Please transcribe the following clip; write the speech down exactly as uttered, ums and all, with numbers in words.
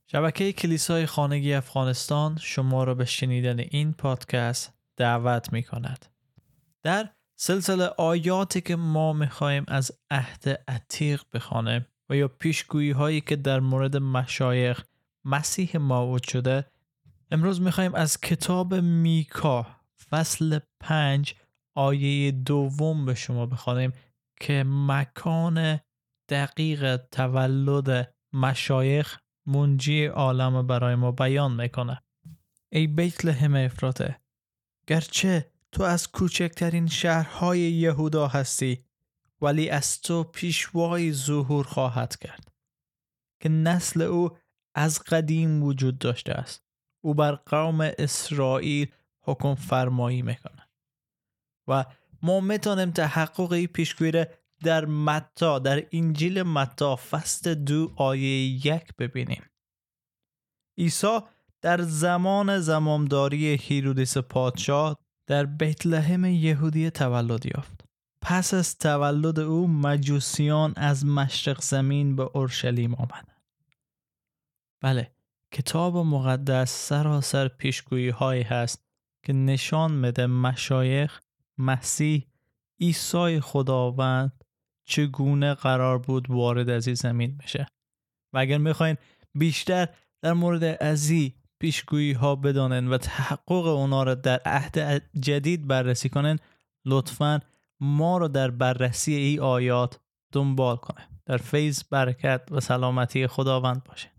شبکه کلیسای خانگی افغانستان شما را به شنیدن این پادکست دعوت می کند. در سلسله آیاتی که ما می خواهیم از عهد عتیق بخوانیم و یا پیشگویی هایی که در مورد مشایخ مسیح موعود شده، امروز می خواهیم از کتاب میکا فصل پنج آیه دوم به شما بخوانیم که مکان دقیق تولد مشایخ منجی عالم برای ما بیان میکنه. ای بیت لحم افراته، گرچه تو از کوچکترین شهرهای یهودا هستی، ولی از تو پیشوای ظهور خواهد کرد که نسل او از قدیم وجود داشته است. او بر قوم اسرائیل حکم فرمایی میکنه و ما میتونیم تحقق این پیشگویی در متی، در انجیل متی فصل دو آیه یک ببینیم. عیسی در زمان زمامداری هیرودیس پادشاه در بیت لحم یهودیه تولد یافت. پس از تولد او مجوسیان از مشرق زمین به اورشلیم آمدند. بله، کتاب مقدس سراسر پیشگویی هایی هست که نشان میده مشایخ مسیح عیسی خداوند چگونه قرار بود وارد از این زمین بشه. و اگر میخواین بیشتر در مورد ازی پیشگویی ها بدانن و تحقق اونا را در عهد جدید بررسی کنن، لطفاً ما رو در بررسی این آیات دنبال کنن. در فیض، برکت و سلامتی خداوند باشه.